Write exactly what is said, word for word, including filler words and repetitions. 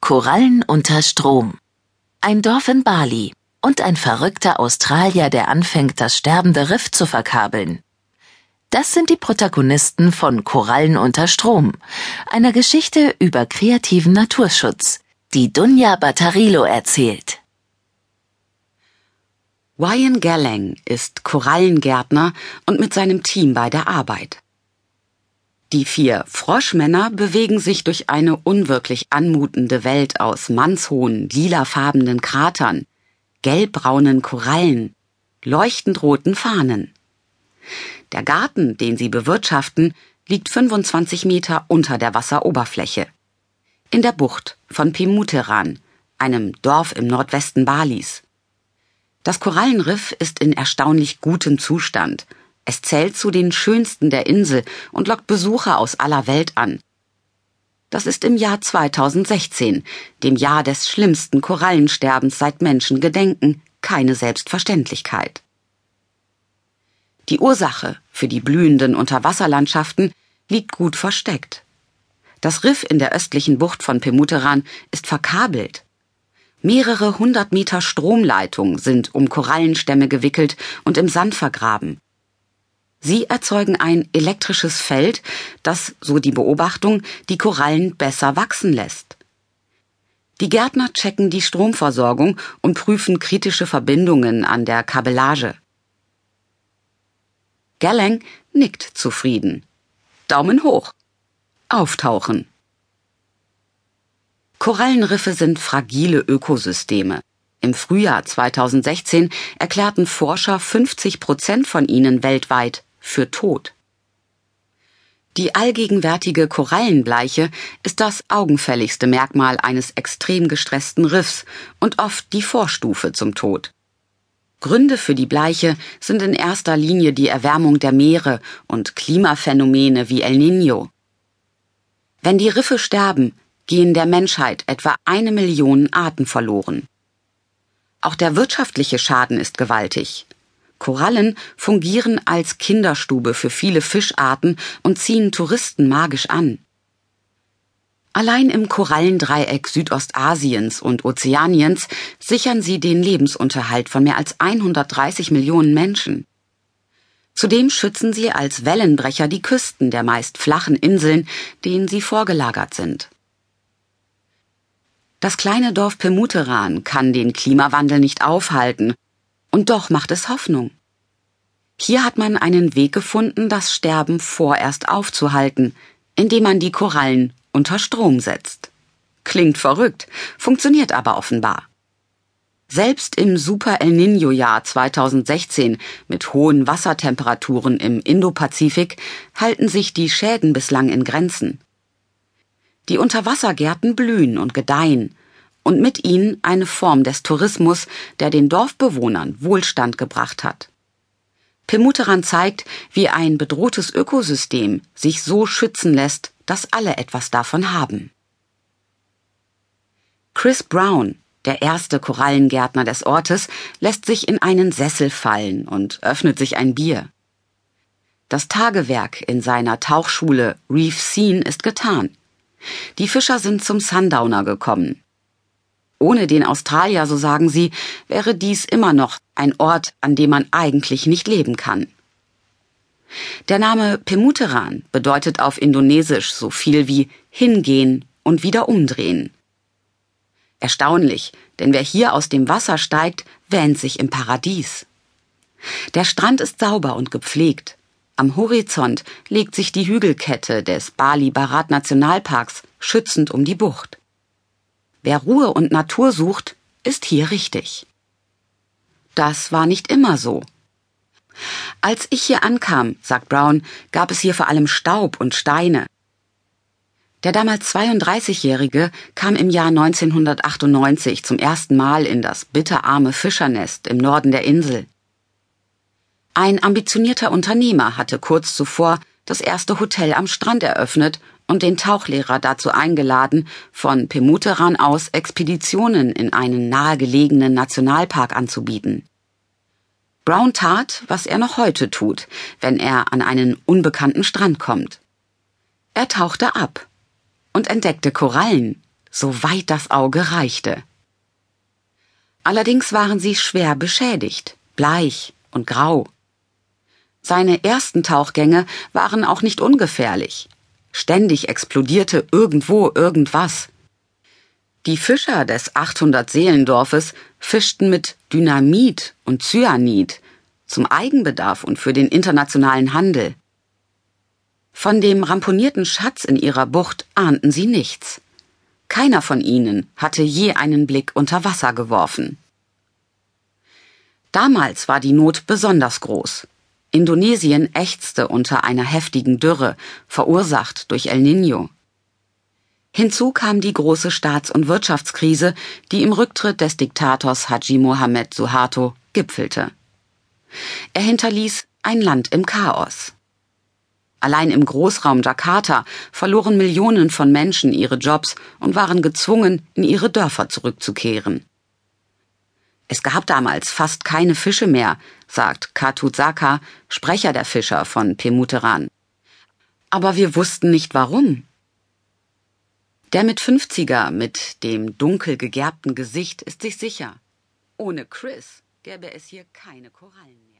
Korallen unter Strom. Ein Dorf in Bali und ein verrückter Australier, der anfängt, das sterbende Riff zu verkabeln. Das sind die Protagonisten von Korallen unter Strom, einer Geschichte über kreativen Naturschutz, die Dunja Battarilo erzählt. Ryan Galleng ist Korallengärtner und mit seinem Team bei der Arbeit. Die vier Froschmänner bewegen sich durch eine unwirklich anmutende Welt aus mannshohen, lilafarbenen Kratern, gelbbraunen Korallen, leuchtend roten Fahnen. Der Garten, den sie bewirtschaften, liegt fünfundzwanzig Meter unter der Wasseroberfläche. In der Bucht von Pemuteran, einem Dorf im Nordwesten Balis. Das Korallenriff ist in erstaunlich gutem Zustand. Es zählt zu den schönsten der Insel und lockt Besucher aus aller Welt an. Das ist im Jahr zweitausendsechzehn, dem Jahr des schlimmsten Korallensterbens seit Menschengedenken, keine Selbstverständlichkeit. Die Ursache für die blühenden Unterwasserlandschaften liegt gut versteckt. Das Riff in der östlichen Bucht von Pemuteran ist verkabelt. Mehrere hundert Meter Stromleitung sind um Korallenstämme gewickelt und im Sand vergraben. Sie erzeugen ein elektrisches Feld, das, so die Beobachtung, die Korallen besser wachsen lässt. Die Gärtner checken die Stromversorgung und prüfen kritische Verbindungen an der Kabellage. Galleng nickt zufrieden. Daumen hoch. Auftauchen. Korallenriffe sind fragile Ökosysteme. Im Frühjahr zweitausendsechzehn erklärten Forscher fünfzig Prozent von ihnen weltweit für tot. Die allgegenwärtige Korallenbleiche ist das augenfälligste Merkmal eines extrem gestressten Riffs und oft die Vorstufe zum Tod. Gründe für die Bleiche sind in erster Linie die Erwärmung der Meere und Klimaphänomene wie El Niño. Wenn die Riffe sterben, gehen der Menschheit etwa eine Million Arten verloren. Auch der wirtschaftliche Schaden ist gewaltig. Korallen fungieren als Kinderstube für viele Fischarten und ziehen Touristen magisch an. Allein im Korallendreieck Südostasiens und Ozeaniens sichern sie den Lebensunterhalt von mehr als hundertdreißig Millionen Menschen. Zudem schützen sie als Wellenbrecher die Küsten der meist flachen Inseln, denen sie vorgelagert sind. Das kleine Dorf Pemuteran kann den Klimawandel nicht aufhalten, und doch macht es Hoffnung. Hier hat man einen Weg gefunden, das Sterben vorerst aufzuhalten, indem man die Korallen unter Strom setzt. Klingt verrückt, funktioniert aber offenbar. Selbst im Super-El Niño-Jahr zweitausendsechzehn mit hohen Wassertemperaturen im Indopazifik halten sich die Schäden bislang in Grenzen. Die Unterwassergärten blühen und gedeihen und mit ihnen eine Form des Tourismus, der den Dorfbewohnern Wohlstand gebracht hat. Pemuteran zeigt, wie ein bedrohtes Ökosystem sich so schützen lässt, dass alle etwas davon haben. Chris Brown, der erste Korallengärtner des Ortes, lässt sich in einen Sessel fallen und öffnet sich ein Bier. Das Tagewerk in seiner Tauchschule Reef Scene ist getan. Die Fischer sind zum Sundowner gekommen. Ohne den Australier, so sagen sie, wäre dies immer noch ein Ort, an dem man eigentlich nicht leben kann. Der Name Pemuteran bedeutet auf Indonesisch so viel wie hingehen und wieder umdrehen. Erstaunlich, denn wer hier aus dem Wasser steigt, wähnt sich im Paradies. Der Strand ist sauber und gepflegt. Am Horizont legt sich die Hügelkette des Bali Barat Nationalparks schützend um die Bucht. Wer Ruhe und Natur sucht, ist hier richtig. Das war nicht immer so. Als ich hier ankam, sagt Brown, gab es hier vor allem Staub und Steine. Der damals zweiunddreißigjährige kam im Jahr neunzehnhundertachtundneunzig zum ersten Mal in das bitterarme Fischernest im Norden der Insel. Ein ambitionierter Unternehmer hatte kurz zuvor das erste Hotel am Strand eröffnet und den Tauchlehrer dazu eingeladen, von Pemuteran aus Expeditionen in einen nahegelegenen Nationalpark anzubieten. Brown tat, was er noch heute tut, wenn er an einen unbekannten Strand kommt. Er tauchte ab und entdeckte Korallen, soweit das Auge reichte. Allerdings waren sie schwer beschädigt, bleich und grau. Seine ersten Tauchgänge waren auch nicht ungefährlich. Ständig explodierte irgendwo irgendwas. Die Fischer des achthundert-Seelendorfes fischten mit Dynamit und Cyanid zum Eigenbedarf und für den internationalen Handel. Von dem ramponierten Schatz in ihrer Bucht ahnten sie nichts. Keiner von ihnen hatte je einen Blick unter Wasser geworfen. Damals war die Not besonders groß. Indonesien ächzte unter einer heftigen Dürre, verursacht durch El Niño. Hinzu kam die große Staats- und Wirtschaftskrise, die im Rücktritt des Diktators Haji Mohamed Suharto gipfelte. Er hinterließ ein Land im Chaos. Allein im Großraum Jakarta verloren Millionen von Menschen ihre Jobs und waren gezwungen, in ihre Dörfer zurückzukehren. Es gab damals fast keine Fische mehr, sagt Katutsaka, Sprecher der Fischer von Pemuteran. Aber wir wussten nicht warum. Der mit fünfziger mit dem dunkel gegerbten Gesicht ist sich sicher. Ohne Chris gäbe es hier keine Korallen mehr.